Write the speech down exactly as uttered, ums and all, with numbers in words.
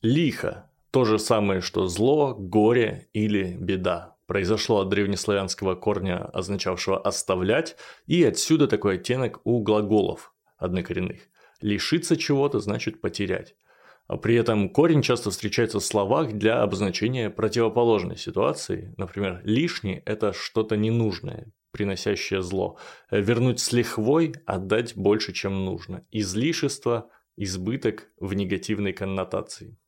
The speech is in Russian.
Лихо – то же самое, что зло, горе или беда. Произошло от древнеславянского корня, означавшего «оставлять», и отсюда такой оттенок у глаголов однокоренных. Лишиться чего-то значит потерять. А при этом корень часто встречается в словах для обозначения противоположной ситуации. Например, лишний – это что-то ненужное, приносящее зло. Вернуть с лихвой – отдать больше, чем нужно. Излишество – избыток в негативной коннотации.